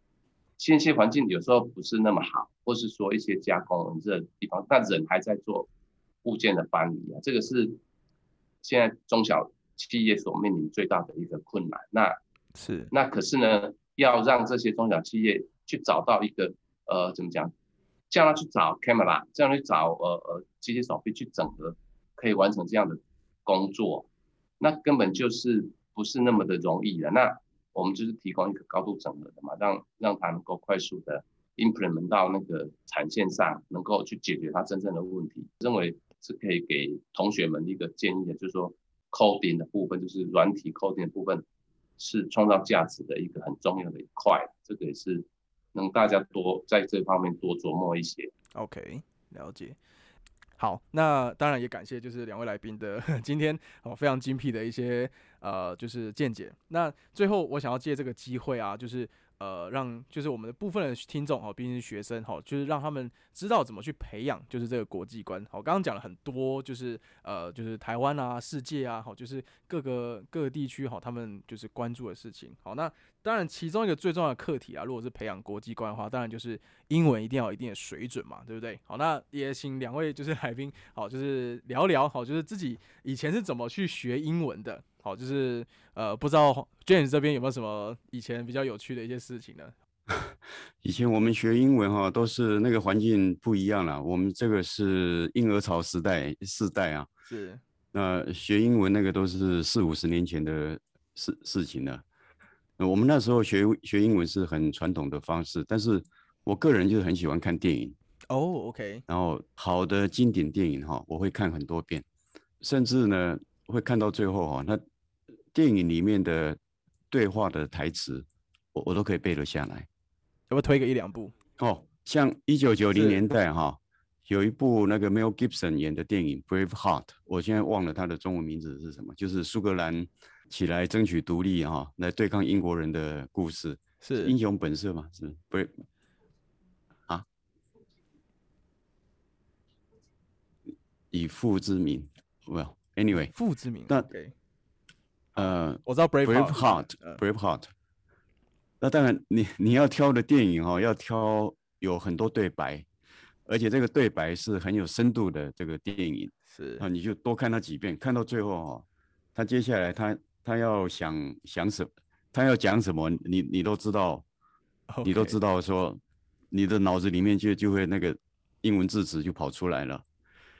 ，C N C 环境有时候不是那么好，或是说一些加工很热的地方，那人还在做部件的搬移啊，这个是现在中小企业所面临最大的一个困难。那是那可是呢，要让这些中小企业去找到一个呃怎么讲，叫他去找 camera， 这样去找呃呃机械手臂去整合，可以完成这样的工作，那根本就是不是那么的容易的。那我们就是提供一个高度整合的嘛，让让它能够快速的 implement 到那个产线上，能够去解决它真正的问题。认为是可以给同学们一个建议的，就是说 coding 的部分，就是软体 coding 的部分，是创造价值的一个很重要的一块。这个也是能大家多在这方面多琢磨一些。 OK， 了解。好，那当然也感谢就是两位来宾的今天哦非常精辟的一些呃就是见解。那最后我想要借这个机会啊，就是呃让就是我们的部分的听众哦，毕竟是学生哈，就是让他们知道怎么去培养就是这个国际观。好，刚刚讲了很多就是呃就是台湾啊、世界啊，好就是各个各个地区哈他们就是关注的事情。好，那当然其中一个最重要的课题啊，如果是培养国际观的话，当然就是英文一定要有一定的水准嘛，对不对？好，那也请两位就是来宾，好，就是聊聊，好，就是自己以前是怎么去学英文的，好，就是呃，不知道 James 这边有没有什么以前比较有趣的一些事情呢？ 以前我们学英文哈，都是那个环境不一样了。我们这个是婴儿潮时代世代啊， 是， 那学英文那个都是四五十年前的事事情了。呃我们那时候学学英文是很传统的方式，但是我个人就是很喜欢看电影， 哦，OK， 然后好的经典电影哈，我会看很多遍，甚至呢会看到最后哈，那电影里面的对话的台词，我我都可以背得下来。 要不要推个一两部？ 哦，像一九九零是年代哈，有一部那个 Mel Gibson 演的电影《Brave Heart》，我现在忘了它的中文名字是什么，就是苏格兰起来争取独立哈，来对抗英国人的故事，是是英雄本色吗？是 Brave 啊，以父之名。Well, anyway， 父之名那 ，OK， 呃我知道 Brave Brave Heart， Heart，Brave Heart。那当然你，你要挑的电影哈、哦，要挑有很多对白，而且这个对白是很有深度的这个电影是啊，你就多看它几遍，看到最后哦，他接下来他他要想想什么，他要讲什么，你你都知道，你都知道说，你的脑子里面就就会那个英文字词就跑出来了。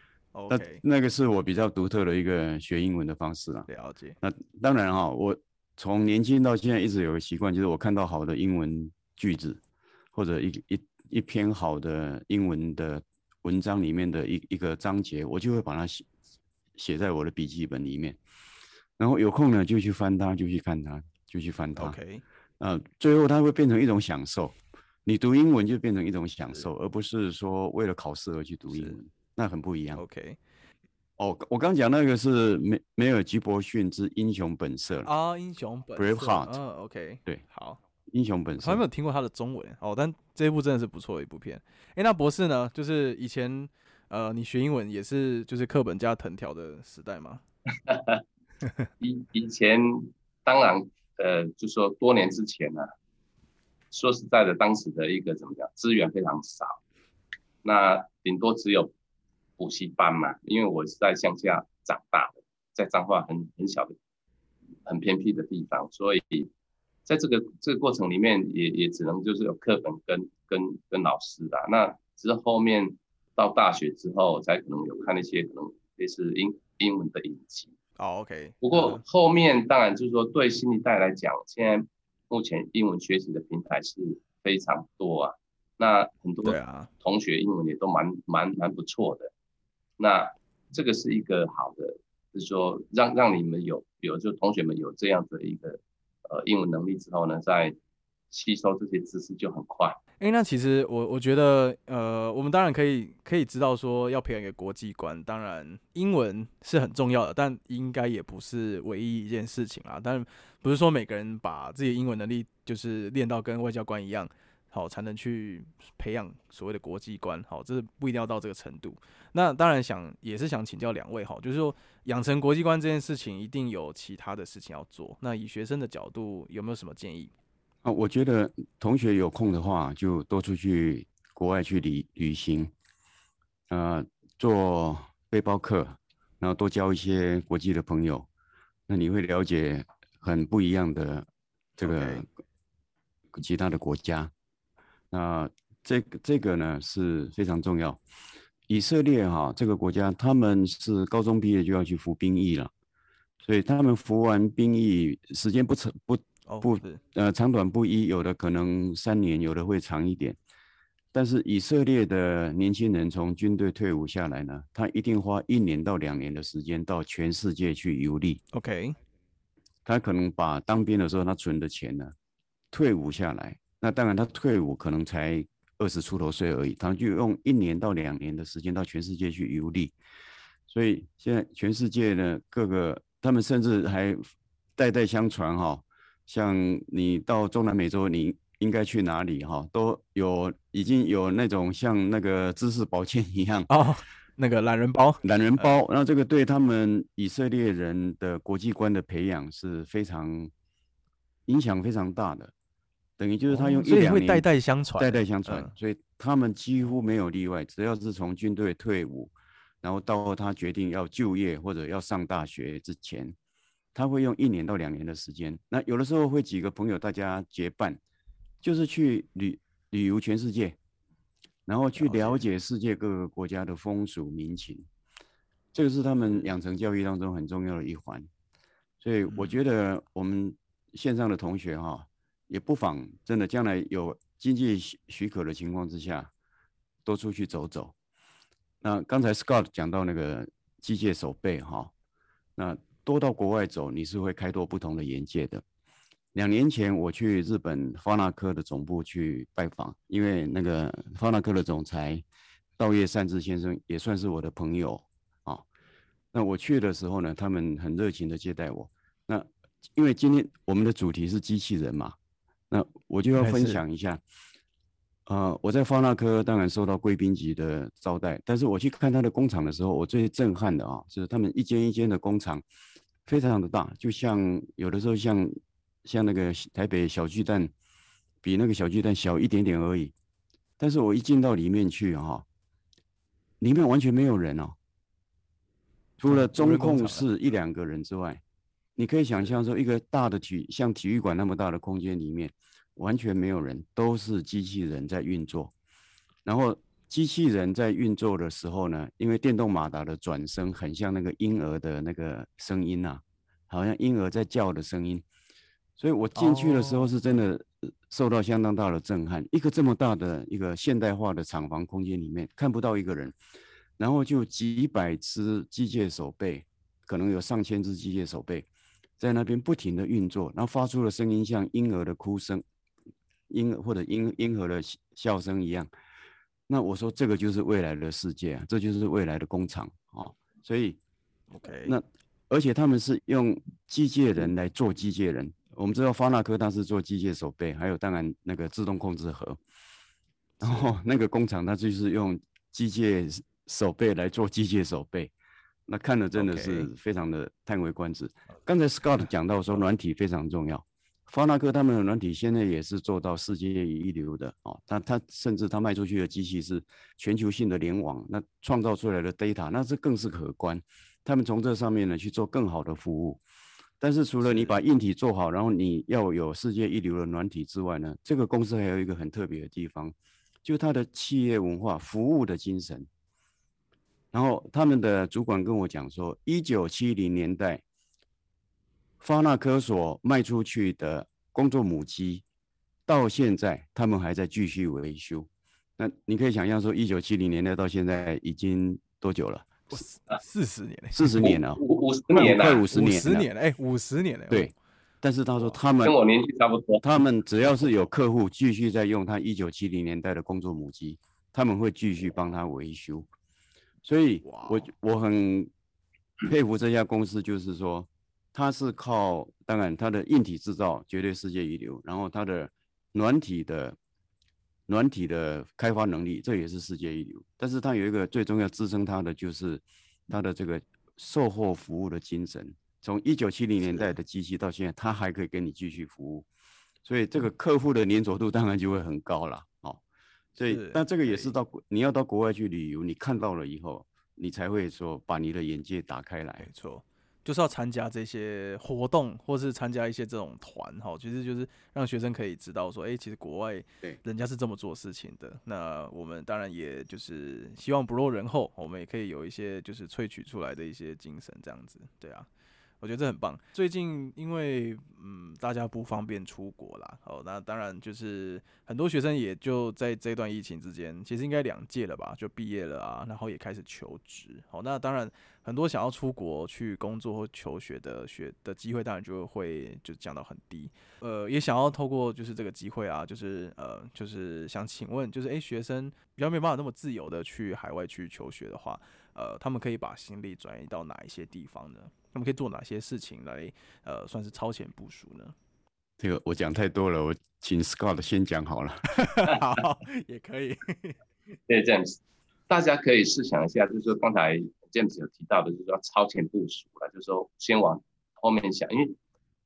OK， 那那个是我比较独特的一个学英文的方式啊。 了解。 那当然哈、哦，我从年轻到现在一直有个习惯，就是我看到好的英文句子，或者一一一篇好的英文的文章里面的一一个章节，我就会把它写写在我的笔记本里面。然后有空呢就去翻它，就去看它，就去翻它。 OK， 呃，最后它会变成一种享受。你读英文就变成一种享受，而不是说为了考试而去读英文，那很不一样。 OK， 哦，我刚讲那个是梅梅尔吉伯逊之《英雄本色》 啊，英雄本色 Brave Heart， 嗯 OK， 对， 好， 英雄本我从来没色。 有听过他的中文哦，但这一部真的是不错的一部片。哎，那博士呢？就是以前呃，你学英文也是就是课本加藤条的时代吗？ 以以前当然呃，就说多年之前呢、啊，说实在的，当时的一个怎么讲，资源非常少，那顶多只有补习班嘛，因为我是在乡下长大的，在彰化很很小的、很偏僻的地方，所以在这个这个过程里面也，也只能就是有课本跟跟跟老师啦。那只是后面到大学之后，才可能有看一些可能类似英英文的影集。 哦 ，OK， 不过后面当然就是说，对新一代来讲，现在目前英文学习的平台是非常多啊。那很多同学英文也都蛮蛮蛮不错的。那这个是一个好的，就是说让让你们有有就同学们有这样的一个呃英文能力之后呢，在吸收这些知识就很快。 哎、欸，那其实我我觉得，呃，我们当然可以可以知道说要培养一个国际观，当然英文是很重要的，但应该也不是唯一一件事情啦。但不是说每个人把自己的英文能力就是练到跟外交官一样，好才能去培养所谓的国际观，好，这是不一定要到这个程度。那当然想也是想请教两位，好，就是说养成国际观这件事情，一定有其他的事情要做。那以学生的角度，有没有什么建议？ 啊，我觉得同学有空的话，就多出去国外去旅旅行，呃，做背包客，然后多交一些国际的朋友，那你会了解很不一样的这个其他的国家。那这个这个呢是非常重要。以色列哈、啊、这个国家，他们是高中毕业就要去服兵役了，所以他们服完兵役时间不长不。不，呃，长短不一，有的可能三年，有的会长一点。但是以色列的年轻人从军队退伍下来呢，他一定花一年到两年的时间到全世界去游历。 OK， 他可能把当兵的时候他存的钱呢，退伍下来，那当然他退伍可能才二十出头岁而已，他就用一年到两年的时间到全世界去游历。所以现在全世界呢，各个他们甚至还代代相传哈、哦。像你到中南美洲，你应该去哪里哈？都有已经有那种像那个知识宝剑一样哦，那个懒人包， 懒人包。那这个对他们以色列人的国际观的培养是非常影响非常大的。等于就是他用哦所以一两年会代代相传欸， 代代相传， 嗯所以他们几乎没有例外，只要是从军队退伍，然后到他决定要就业或者要上大学之前，他会用一年到两年的时间。那有的时候会几个朋友大家结伴，就是去旅旅游全世界，然后去了了解解世界各个国家的风俗民情，这个是他们养成教育当中很重要的一环。所以我嗯觉得我们线上的同学哈，也不妨真的将来有经济许许可的情况之下，多出去走走。那刚才 Scott 讲到那个机械手背哈，那多到国外走，你是会开拓不同的眼界的。两年前我去日本发那科的总部去拜访，因为那个发那科的总裁稻叶善治先生也算是我的朋友啊。那我去的时候呢，他们很热情的接待我。那因为今天我们的主题是机器人嘛，那我就要分哎是享一下。呃，我在发那科当然受到贵宾级的招待，但是我去看他的工厂的时候，我最震撼的啊，是他们一间一间的工厂非常的大，就像有的时候像像那个台北小巨蛋，比那个小巨蛋小一点点而已。但是我一进到里面去哈、啊，里面完全没有人哦，除了哦无中控人工厂了， 室一两个人之外，你可以想象说一个大的体像体育馆那么大的空间里面，完全没有人，都是机器人在运作。然后机器人在运作的时候呢，因为电动马达的转声很像那个婴儿的那个声音啊，好像婴儿在叫的声音，所以我进去的时候哦是真的受到相当大的震撼。一个这么大的一个现代化的厂房空间里面，看不到一个人，然后就几百只机械手背，可能有上千只机械手背在那边不停的运作，然后发出的声音像婴儿的哭声，婴或者婴婴儿的笑声一样。那我说这个就是未来的世界啊，这就是未来的工厂啊、哦。所以 ，OK， 那而且他们是用机械人来做机械人。我们知道发那科它是做机械手背，还有当然那个自动控制盒，然后那个工厂它就是用机械手背来做机械手背。那看了真的是 OK 非常的叹为观止。刚才 Scott 讲到说软体非常重要，发那科他们的软体现在也是做到世界一流的哦。他他甚至他卖出去的机器是全球性的联网，那创造出来的 data 那是更是可观。他们从这上面呢去做更好的服务。但是除了你把硬体做好，然后你要有世界一流的软体之外呢，这个公司还有一个很特别的地方，就是它的企业文化、服务的精神。然后他们的主管跟我讲说，一九七零年代发那科所卖出去的工作母机，到现在他们还在继续维修。那你可以想象说，一九七零年代到现在已经多久了？ 四四十年嘞， 四十年了， 五五十快年了， 快五十五年了。 十年了，哎，五十年了， 对，但是他说他们跟我年纪差不多。 他们只要是有客户继续在用他一九七零年代的工作母机，他们会继续帮他维修。所以我我很佩服这家公司，就是说它是靠，当然它的硬体制造绝对世界一流，然后它的软体的软体的开发能力这也是世界一流，但是它有一个最重要支撑它的就是它的这个售后服务的精神。从一九七零年代的机器到现在，它还可以跟你继续服务，所以这个客户的粘着度当然就会很高了哦。所以，但这个也是到你要到国外去旅游，你看到了以后，你才会说把你的眼界打开来。 没错，就是要参加这些活动，或是参加一些这种团哈，其实就是让学生可以知道说，哎、欸，其实国外人家是这么做事情的。那我们当然也就是希望不落人后，我们也可以有一些就是萃取出来的一些精神，这样子，对啊。我觉得这很棒。最近因为嗯大家不方便出国啦，哦，那当然就是很多学生也就在这段疫情之间，其实应该两届了吧，就毕业了啊，然后也开始求职。好，那当然很多想要出国去工作或求学的学的机会，当然就会就降到很低。呃，也想要透过就是这个机会啊，就是呃就是想请问，就是哎、欸、学生比较没办法那么自由的去海外去求学的话，呃，他们可以把心力转移到哪一些地方呢？他们可以做哪些事情来，呃，算是超前部署呢？ 这个我讲太多了，我请 Scott 先讲好了。 好，也可以。 对 ，James， 大家可以试想一下，就是说刚才 James 有提到的，就是说超前部署了，就是说先往后面想，因为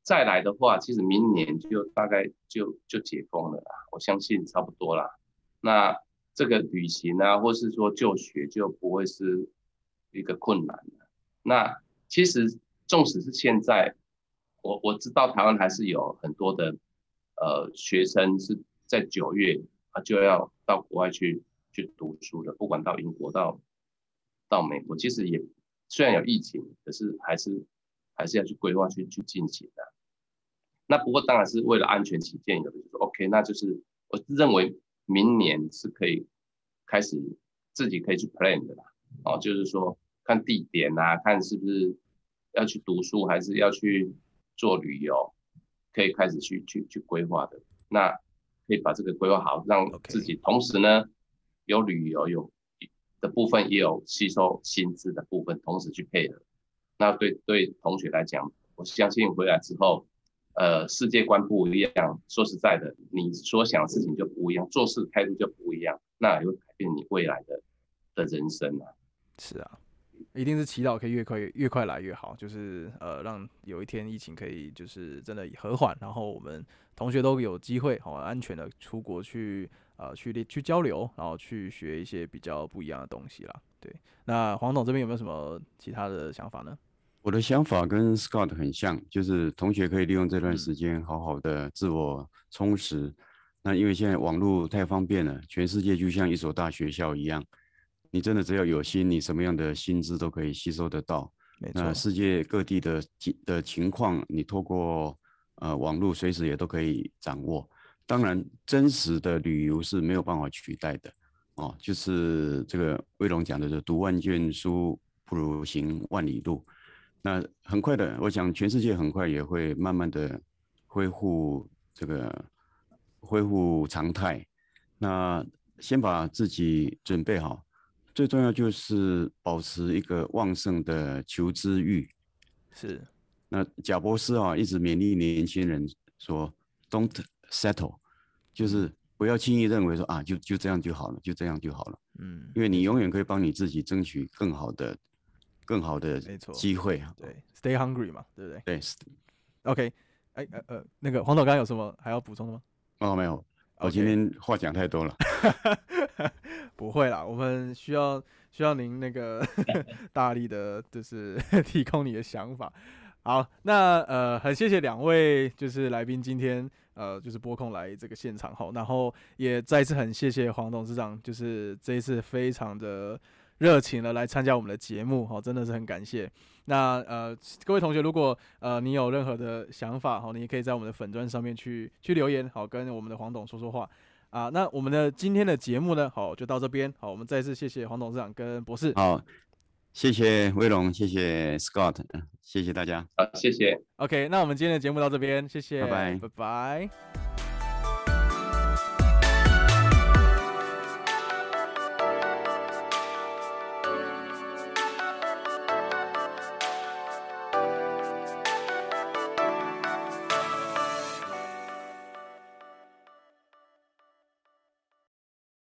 再来的话，其实明年就大概就就解封了啦，我相信差不多啦。那这个旅行啊，或是说就学就不会是一个困难了。那其实纵使是现在，我我知道台湾还是有很多的呃学生是在九月啊就要到国外去去读书的，不管到英国到到美国，其实也虽然有疫情，可是还是还是要去规划去去进行的。那不过当然是为了安全起见，有的就说 OK， 那就是我认为明年是可以开始自己可以去 plan 的啦。哦，就是说看地点啊，看是不是要去读书，还是要去做旅游，可以开始去去去规划的。那可以把这个规划好，让自己同时呢有旅游有的部分，也有吸收薪资的部分，同时去配合。那对对同学来讲，我相信回来之后，呃，世界观不一样。说实在的，你所想的事情就不一样，做事态度就不一样，那也会改变你未来的的人生啊。 是啊，一定是祈祷可以越快越快来越好，就是呃，让有一天疫情可以就是真的和缓，然后我们同学都有机会好、哦、安全的出国去呃去去交流，然后去学一些比较不一样的东西啦。对，那黄董这边有没有什么其他的想法呢？ 我的想法跟 Scott 很像，就是同学可以利用这段时间好好的自我充实。嗯、那因为现在网络太方便了，全世界就像一所大学校一样，你真的只要有心，你什么样的薪资都可以吸收得到。那世界各地的的情况，你透过呃网络随时也都可以掌握。当然，真实的旅游是没有办法取代的哦。就是这个威龙讲的，是读万卷书不如行万里路。那很快的，我想全世界很快也会慢慢的恢复这个恢复常态。那先把自己准备好，最重要就是保持一个旺盛的求知欲。 是。 那贾博士啊，一直勉励年轻人说 ，Don't settle， 就是不要轻易认为说啊，就就这样就好了，就这样就好了。嗯，因为你永远可以帮你自己争取更好的。更好的机会啊， 对 ，Stay hungry 嘛，对不对？ 对 ，OK， 哎呃呃，那个黄董刚刚有什么还要补充的吗？ 哦，没有，我今天话讲太多了。 不会啦，我们需要需要您那个大力的，就是提供你的想法。好，那呃，很谢谢两位就是来宾今天呃就是拨空来这个现场后，然后也再次很谢谢黄董事长，就是这一次非常的热情的来参加我们的节目，好，真的是很感谢。那呃，各位同学，如果呃你有任何的想法，好，你也可以在我们的粉专上面去去留言，好，跟我们的黄董说说话啊。那我们的今天的节目呢，好，就到这边，好，我们再次谢谢黄董事长跟博士。 好，谢谢威龙，谢谢 Scott， 谢谢大家。 好，谢谢。 OK， 那我们今天的节目到这边，谢谢， 拜拜， 拜拜。